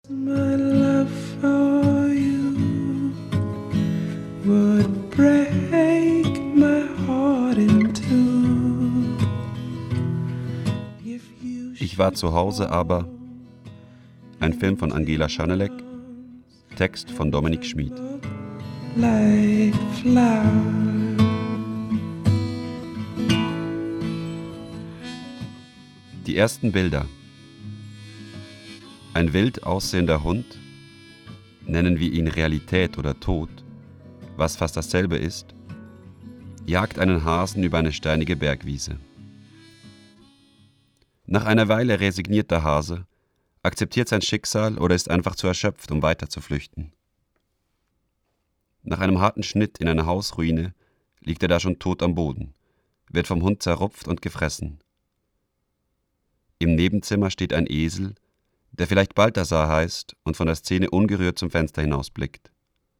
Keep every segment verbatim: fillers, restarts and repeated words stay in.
My love for you would break my heart in two. Ich war zu Hause, aber ein Film von Angela Schanelek, Text von Dominik Schmid. Like flowers. Die ersten Bilder. Ein wild aussehender Hund, nennen wir ihn Realität oder Tod, was fast dasselbe ist, jagt einen Hasen über eine steinige Bergwiese. Nach einer Weile resigniert der Hase, akzeptiert sein Schicksal oder ist einfach zu erschöpft, um weiter zu flüchten. Nach einem harten Schnitt in einer Hausruine liegt er da schon tot am Boden, wird vom Hund zerrupft und gefressen. Im Nebenzimmer steht ein Esel, der vielleicht Balthasar heißt und von der Szene ungerührt zum Fenster hinausblickt.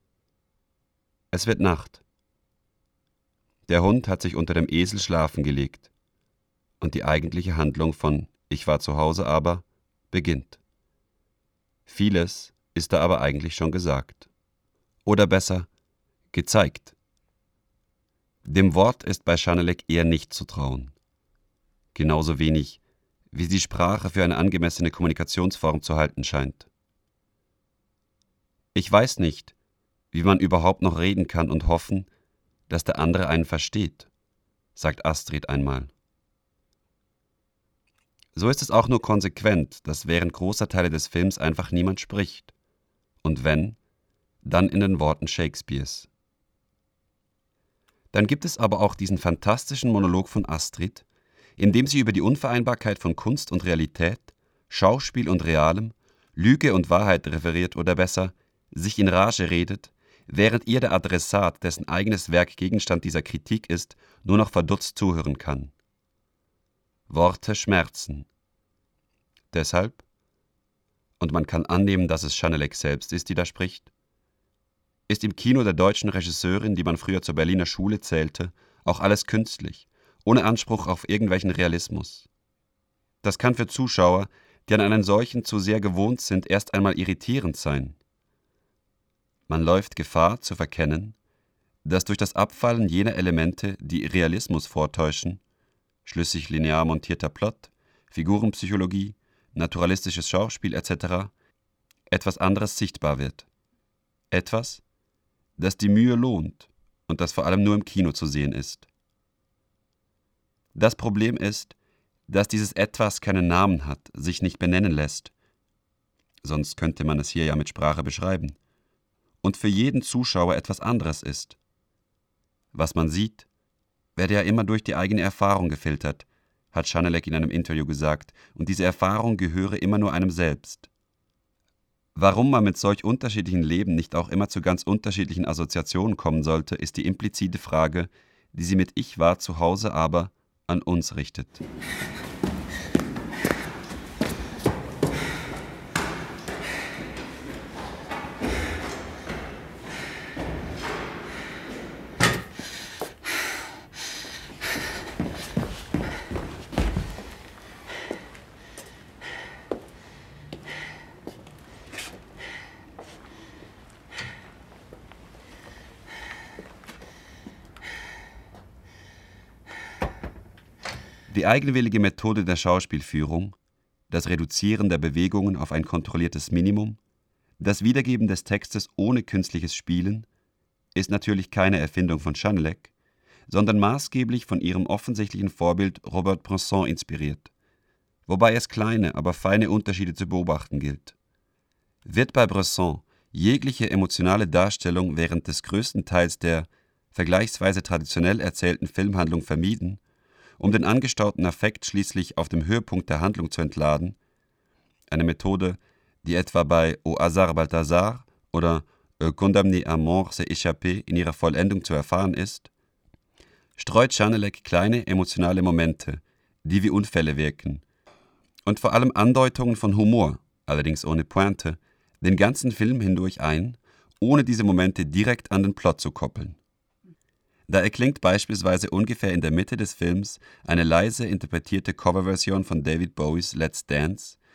Es wird Nacht. Der Hund hat sich unter dem Esel schlafen gelegt. Und die eigentliche Handlung von Ich war zu Hause aber beginnt. Vieles ist da aber eigentlich schon gesagt. Oder besser, gezeigt. Dem Wort ist bei Schanelek eher nicht zu trauen. Genauso wenig, wie sie Sprache für eine angemessene Kommunikationsform zu halten scheint. Ich weiß nicht, wie man überhaupt noch reden kann und hoffen, dass der andere einen versteht, sagt Astrid einmal. So ist es auch nur konsequent, dass während großer Teile des Films einfach niemand spricht. Und wenn, dann in den Worten Shakespeares. Dann gibt es aber auch diesen fantastischen Monolog von Astrid, in dem sie über die Unvereinbarkeit von Kunst und Realität, Schauspiel und Realem, Lüge und Wahrheit referiert oder besser, sich in Rage redet, während ihr der Adressat, dessen eigenes Werk Gegenstand dieser Kritik ist, nur noch verdutzt zuhören kann. Worte schmerzen. Deshalb, und man kann annehmen, dass es Schanelek selbst ist, die da spricht, ist im Kino der deutschen Regisseurin, die man früher zur Berliner Schule zählte, auch alles künstlich, ohne Anspruch auf irgendwelchen Realismus. Das kann für Zuschauer, die an einen solchen zu sehr gewohnt sind, erst einmal irritierend sein. Man läuft Gefahr zu verkennen, dass durch das Abfallen jener Elemente, die Realismus vortäuschen, schlüssig linear montierter Plot, Figurenpsychologie, naturalistisches Schauspiel et cetera, etwas anderes sichtbar wird. Etwas, das die Mühe lohnt und das vor allem nur im Kino zu sehen ist. Das Problem ist, dass dieses Etwas keinen Namen hat, sich nicht benennen lässt. Sonst könnte man es hier ja mit Sprache beschreiben. Und für jeden Zuschauer etwas anderes ist. Was man sieht, werde ja immer durch die eigene Erfahrung gefiltert, hat Schanelek in einem Interview gesagt, und diese Erfahrung gehöre immer nur einem selbst. Warum man mit solch unterschiedlichen Leben nicht auch immer zu ganz unterschiedlichen Assoziationen kommen sollte, ist die implizite Frage, die sie mit Ich war zu Hause aber an uns richtet. Die eigenwillige Methode der Schauspielführung, das Reduzieren der Bewegungen auf ein kontrolliertes Minimum, das Wiedergeben des Textes ohne künstliches Spielen, ist natürlich keine Erfindung von Schanelek, sondern maßgeblich von ihrem offensichtlichen Vorbild Robert Bresson inspiriert, wobei es kleine, aber feine Unterschiede zu beobachten gilt. Wird bei Bresson jegliche emotionale Darstellung während des größten Teils der vergleichsweise traditionell erzählten Filmhandlung vermieden, um den angestauten Affekt schließlich auf dem Höhepunkt der Handlung zu entladen, eine Methode, die etwa bei Au hasard Balthasar oder Un condamné à mort s'est échappé in ihrer Vollendung zu erfahren ist, streut Schanelek kleine emotionale Momente, die wie Unfälle wirken, und vor allem Andeutungen von Humor, allerdings ohne Pointe, den ganzen Film hindurch ein, ohne diese Momente direkt an den Plot zu koppeln. Da erklingt beispielsweise ungefähr in der Mitte des Films eine leise interpretierte Coverversion von David Bowies Let's Dance,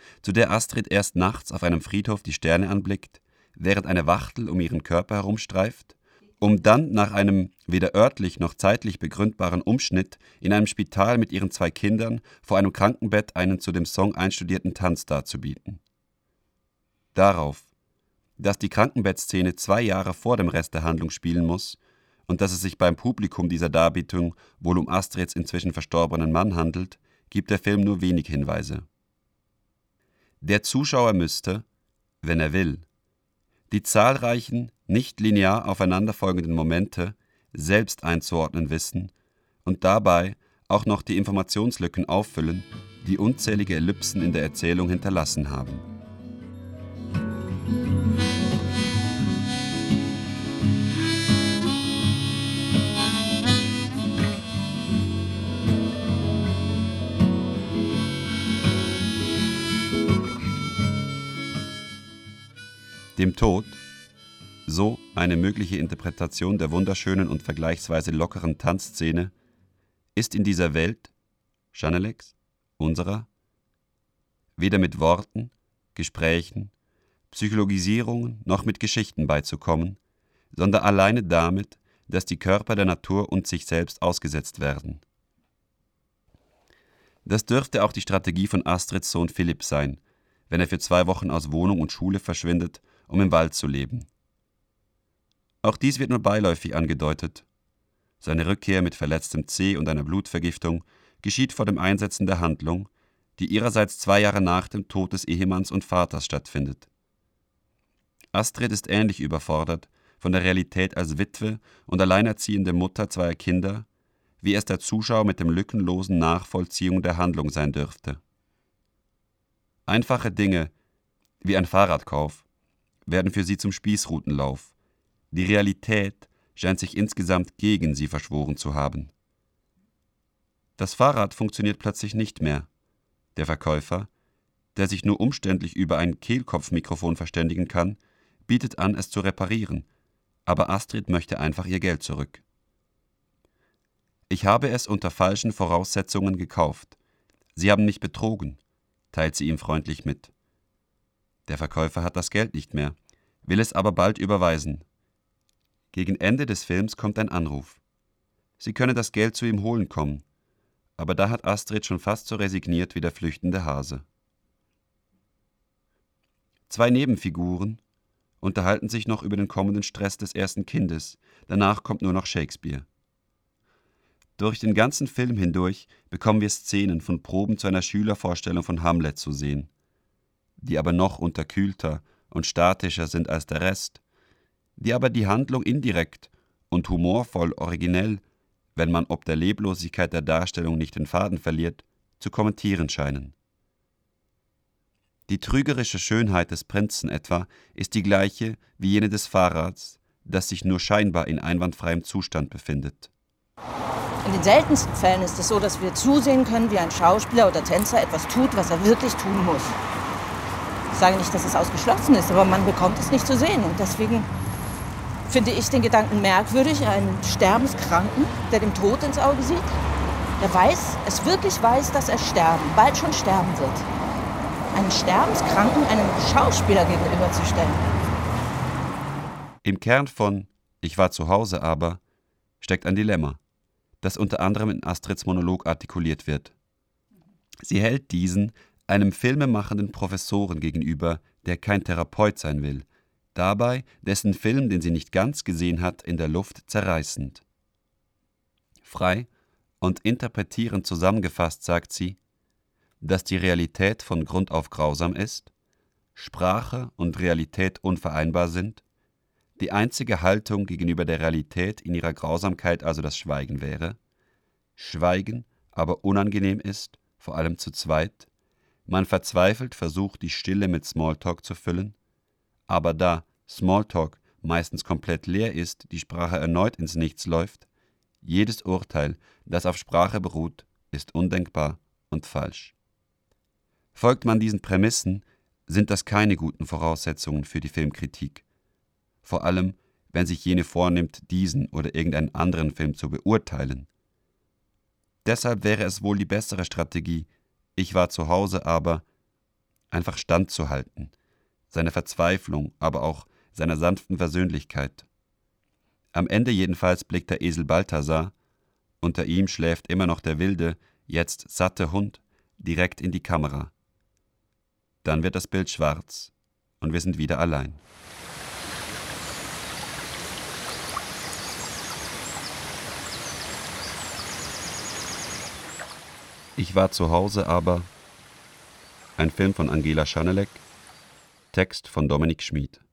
zu der Astrid erst nachts auf einem Friedhof die Sterne anblickt, während eine Wachtel um ihren Körper herumstreift, um dann nach einem weder örtlich noch zeitlich begründbaren Umschnitt in einem Spital mit ihren zwei Kindern vor einem Krankenbett einen zu dem Song einstudierten Tanz darzubieten. Darauf, dass die Krankenbettszene zwei Jahre vor dem Rest der Handlung spielen muss und dass es sich beim Publikum dieser Darbietung wohl um Astrids inzwischen verstorbenen Mann handelt, gibt der Film nur wenig Hinweise. Der Zuschauer müsste, wenn er will, die zahlreichen, nicht linear aufeinanderfolgenden Momente selbst einzuordnen wissen und dabei auch noch die Informationslücken auffüllen, die unzählige Ellipsen in der Erzählung hinterlassen haben. Dem Tod, so eine mögliche Interpretation der wunderschönen und vergleichsweise lockeren Tanzszene, ist in dieser Welt, Schanelegs, unserer, weder mit Worten, Gesprächen, Psychologisierungen noch mit Geschichten beizukommen, sondern alleine damit, dass die Körper der Natur und sich selbst ausgesetzt werden. Das dürfte auch die Strategie von Astrids Sohn Philipp sein, wenn er für zwei Wochen aus Wohnung und Schule verschwindet, um im Wald zu leben. Auch dies wird nur beiläufig angedeutet. Seine Rückkehr mit verletztem Zeh und einer Blutvergiftung geschieht vor dem Einsetzen der Handlung, die ihrerseits zwei Jahre nach dem Tod des Ehemanns und Vaters stattfindet. Astrid ist ähnlich überfordert von der Realität als Witwe und alleinerziehende Mutter zweier Kinder, wie es der Zuschauer mit dem lückenlosen Nachvollziehung der Handlung sein dürfte. Einfache Dinge, wie ein Fahrradkauf, werden für sie zum Spießrutenlauf. Die Realität scheint sich insgesamt gegen sie verschworen zu haben. Das Fahrrad funktioniert plötzlich nicht mehr. Der Verkäufer, der sich nur umständlich über ein Kehlkopfmikrofon verständigen kann, bietet an, es zu reparieren, aber Astrid möchte einfach ihr Geld zurück. Ich habe es unter falschen Voraussetzungen gekauft. Sie haben mich betrogen, teilt sie ihm freundlich mit. Der Verkäufer hat das Geld nicht mehr, will es aber bald überweisen. Gegen Ende des Films kommt ein Anruf. Sie könne das Geld zu ihm holen kommen, aber da hat Astrid schon fast so resigniert wie der flüchtende Hase. Zwei Nebenfiguren unterhalten sich noch über den kommenden Stress des ersten Kindes, danach kommt nur noch Shakespeare. Durch den ganzen Film hindurch bekommen wir Szenen von Proben zu einer Schülervorstellung von Hamlet zu sehen, die aber noch unterkühlter und statischer sind als der Rest, die aber die Handlung indirekt und humorvoll originell, wenn man ob der Leblosigkeit der Darstellung nicht den Faden verliert, zu kommentieren scheinen. Die trügerische Schönheit des Prinzen etwa ist die gleiche wie jene des Fahrrads, das sich nur scheinbar in einwandfreiem Zustand befindet. In den seltensten Fällen ist es so, dass wir zusehen können, wie ein Schauspieler oder Tänzer etwas tut, was er wirklich tun muss. Ich sage nicht, dass es ausgeschlossen ist, aber man bekommt es nicht zu sehen. Und deswegen finde ich den Gedanken merkwürdig, einen Sterbenskranken, der dem Tod ins Auge sieht, der weiß, es wirklich weiß, dass er sterben, bald schon sterben wird. Einen Sterbenskranken einem Schauspieler gegenüberzustellen. Im Kern von »Ich war zu Hause, aber« steckt ein Dilemma, das unter anderem in Astrids Monolog artikuliert wird. Sie hält diesen einem filmemachenden Professoren gegenüber, der kein Therapeut sein will, dabei dessen Film, den sie nicht ganz gesehen hat, in der Luft zerreißend. Frei und interpretierend zusammengefasst sagt sie, dass die Realität von Grund auf grausam ist, Sprache und Realität unvereinbar sind, die einzige Haltung gegenüber der Realität in ihrer Grausamkeit also das Schweigen wäre, Schweigen aber unangenehm ist, vor allem zu zweit, man verzweifelt versucht, die Stille mit Smalltalk zu füllen, aber da Smalltalk meistens komplett leer ist, die Sprache erneut ins Nichts läuft, jedes Urteil, das auf Sprache beruht, ist undenkbar und falsch. Folgt man diesen Prämissen, sind das keine guten Voraussetzungen für die Filmkritik. Vor allem, wenn sich jene vornimmt, diesen oder irgendeinen anderen Film zu beurteilen. Deshalb wäre es wohl die bessere Strategie, ich war zu Hause, aber einfach standzuhalten, seiner Verzweiflung, aber auch seiner sanften Versöhnlichkeit. Am Ende jedenfalls blickt der Esel Balthasar, unter ihm schläft immer noch der wilde, jetzt satte Hund, direkt in die Kamera. Dann wird das Bild schwarz und wir sind wieder allein. Ich war zu Hause, aber ein Film von Angela Schanelek, Text von Dominik Schmid.